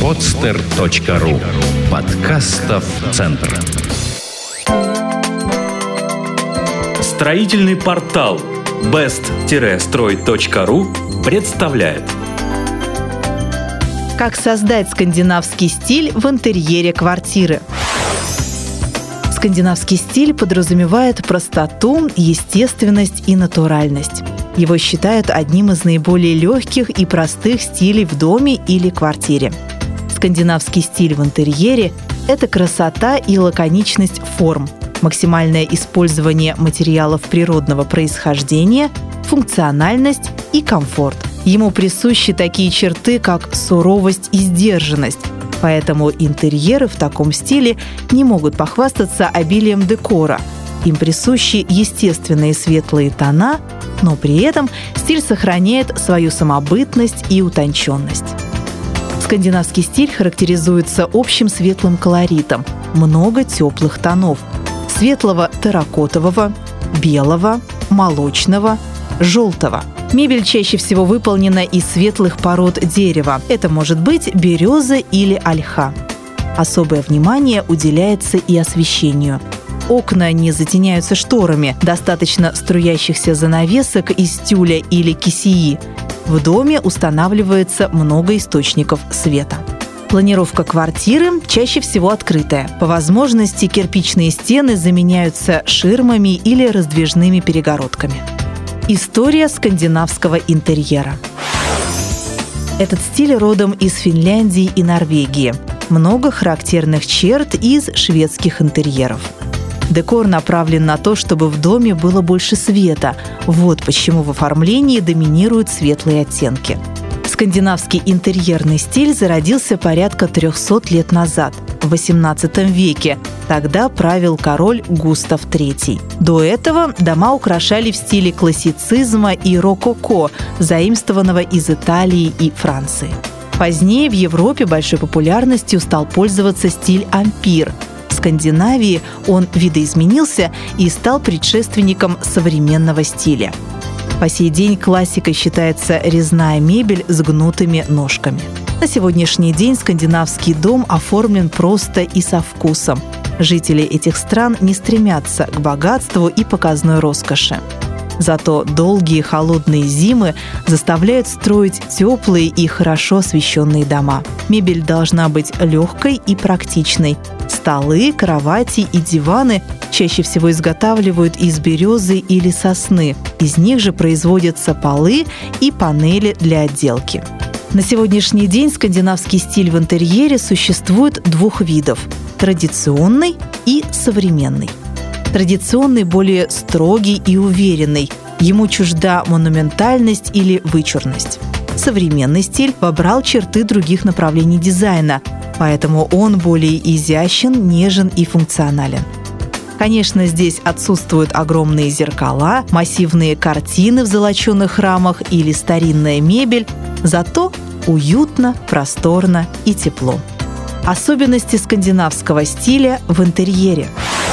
podster.ru. Подкастов центр. Строительный портал best-строй.ру представляет. Как создать скандинавский стиль в интерьере квартиры? Скандинавский стиль подразумевает простоту, естественность и натуральность. Его считают одним из наиболее легких и простых стилей в доме или квартире. Скандинавский стиль в интерьере – это красота и лаконичность форм, максимальное использование материалов природного происхождения, функциональность и комфорт. Ему присущи такие черты, как суровость и сдержанность, поэтому интерьеры в таком стиле не могут похвастаться обилием декора. Им присущи естественные светлые тона, но при этом стиль сохраняет свою самобытность и утонченность. Скандинавский стиль характеризуется общим светлым колоритом, много теплых тонов – светлого терракотового, белого, молочного, желтого. Мебель чаще всего выполнена из светлых пород дерева. Это может быть береза или ольха. Особое внимание уделяется и освещению. Окна не затеняются шторами, достаточно струящихся занавесок из тюля или кисеи. В доме устанавливается много источников света. Планировка квартиры чаще всего открытая. По возможности кирпичные стены заменяются ширмами или раздвижными перегородками. История скандинавского интерьера. Этот стиль родом из Финляндии и Норвегии. Много характерных черт из шведских интерьеров. Декор направлен на то, чтобы в доме было больше света. Вот почему в оформлении доминируют светлые оттенки. Скандинавский интерьерный стиль зародился порядка 300 лет назад, в XVIII веке. Тогда правил король Густав III. До этого дома украшали в стиле классицизма и рококо, заимствованного из Италии и Франции. Позднее в Европе большой популярностью стал пользоваться стиль ампир. В Скандинавии он видоизменился и стал предшественником современного стиля. По сей день классикой считается резная мебель с гнутыми ножками. На сегодняшний день скандинавский дом оформлен просто и со вкусом. Жители этих стран не стремятся к богатству и показной роскоши. Зато долгие холодные зимы заставляют строить теплые и хорошо освещенные дома. Мебель должна быть легкой и практичной. Столы, кровати и диваны чаще всего изготавливают из березы или сосны. Из них же производятся полы и панели для отделки. На сегодняшний день скандинавский стиль в интерьере существует двух видов – традиционный и современный. Традиционный более строгий и уверенный. Ему чужда монументальность или вычурность. Современный стиль вобрал черты других направлений дизайна, поэтому он более изящен, нежен и функционален. Конечно, здесь отсутствуют огромные зеркала, массивные картины в золоченых рамах или старинная мебель, зато уютно, просторно и тепло. Особенности скандинавского стиля в интерьере.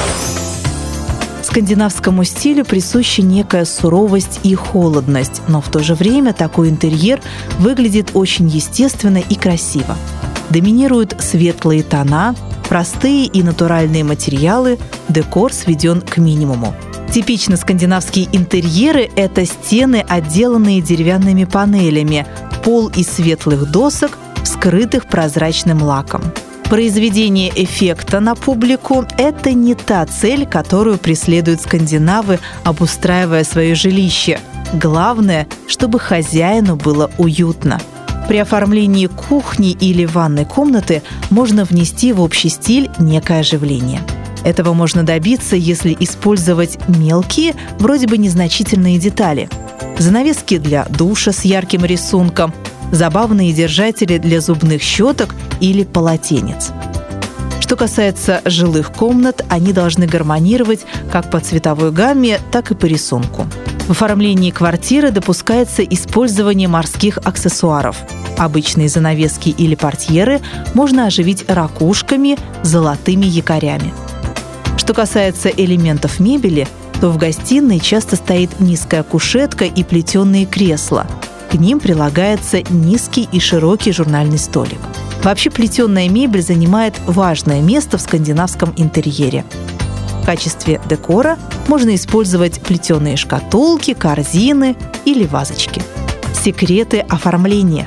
Скандинавскому стилю присуща некая суровость и холодность, но в то же время такой интерьер выглядит очень естественно и красиво. Доминируют светлые тона, простые и натуральные материалы, декор сведен к минимуму. Типично скандинавские интерьеры – это стены, отделанные деревянными панелями, пол из светлых досок, вскрытых прозрачным лаком. Произведение эффекта на публику – это не та цель, которую преследуют скандинавы, обустраивая свое жилище. Главное, чтобы хозяину было уютно. При оформлении кухни или ванной комнаты можно внести в общий стиль некое оживление. Этого можно добиться, если использовать мелкие, вроде бы незначительные детали. Занавески для душа с ярким рисунком, забавные держатели для зубных щеток или полотенец. Что касается жилых комнат, они должны гармонировать как по цветовой гамме, так и по рисунку. В оформлении квартиры допускается использование морских аксессуаров. Обычные занавески или портьеры можно оживить ракушками, золотыми якорями. Что касается элементов мебели, то в гостиной часто стоит низкая кушетка и плетеные кресла. К ним прилагается низкий и широкий журнальный столик. Вообще плетеная мебель занимает важное место в скандинавском интерьере. В качестве декора можно использовать плетеные шкатулки, корзины или вазочки. Секреты оформления.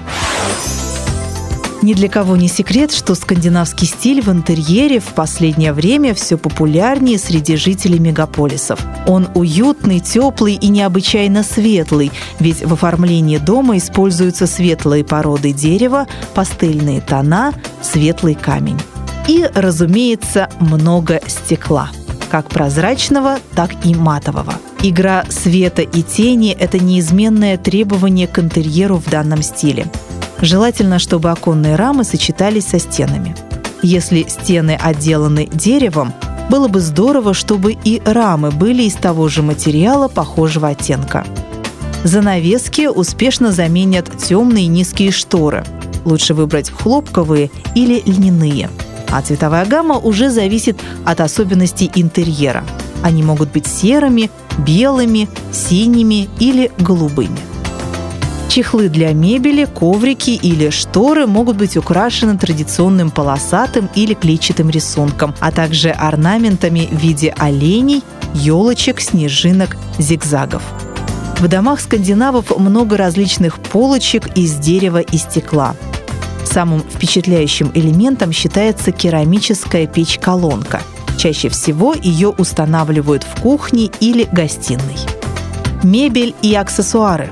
Ни для кого не секрет, что скандинавский стиль в интерьере в последнее время все популярнее среди жителей мегаполисов. Он уютный, теплый и необычайно светлый, ведь в оформлении дома используются светлые породы дерева, пастельные тона, светлый камень. И, разумеется, много стекла. Как прозрачного, так и матового. Игра света и тени – это неизменное требование к интерьеру в данном стиле. Желательно, чтобы оконные рамы сочетались со стенами. Если стены отделаны деревом, было бы здорово, чтобы и рамы были из того же материала похожего оттенка. Занавески успешно заменят темные низкие шторы. Лучше выбрать хлопковые или льняные. А цветовая гамма уже зависит от особенностей интерьера. Они могут быть серыми, белыми, синими или голубыми. Чехлы для мебели, коврики или шторы могут быть украшены традиционным полосатым или клетчатым рисунком, а также орнаментами в виде оленей, елочек, снежинок, зигзагов. В домах скандинавов много различных полочек из дерева и стекла. Самым впечатляющим элементом считается керамическая печь-колонка. Чаще всего ее устанавливают в кухне или гостиной. Мебель и аксессуары.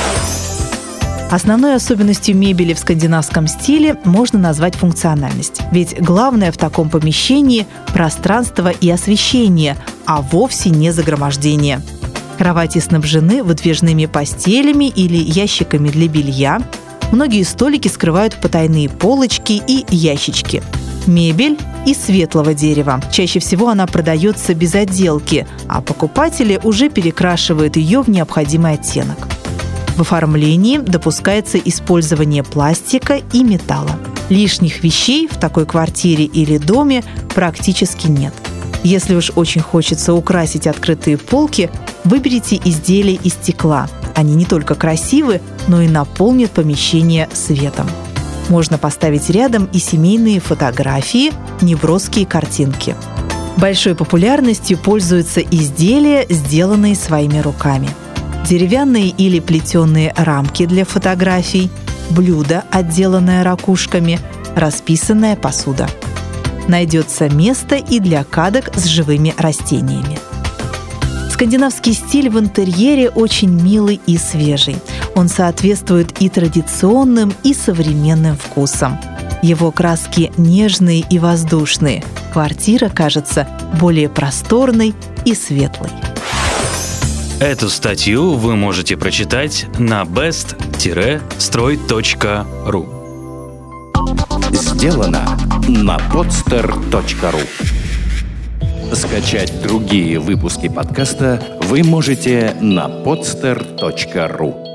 Основной особенностью мебели в скандинавском стиле можно назвать функциональность. Ведь главное в таком помещении – пространство и освещение, а вовсе не загромождение. Кровати снабжены выдвижными постелями или ящиками для белья. Многие столики скрывают потайные полочки и ящички. Мебель из светлого дерева. Чаще всего она продается без отделки, а покупатели уже перекрашивают ее в необходимый оттенок. В оформлении допускается использование пластика и металла. Лишних вещей в такой квартире или доме практически нет. Если уж очень хочется украсить открытые полки, выберите изделия из стекла. Они не только красивы, но и наполнят помещение светом. Можно поставить рядом и семейные фотографии, неброские картинки. Большой популярностью пользуются изделия, сделанные своими руками. Деревянные или плетеные рамки для фотографий, блюдо, отделанное ракушками, расписанная посуда. Найдется место и для кадок с живыми растениями. Скандинавский стиль в интерьере очень милый и свежий. Он соответствует и традиционным, и современным вкусам. Его краски нежные и воздушные. Квартира кажется более просторной и светлой. Эту статью вы можете прочитать на best-строй.ru. Сделано на podster.ru. Скачать другие выпуски подкаста вы можете на podster.ru.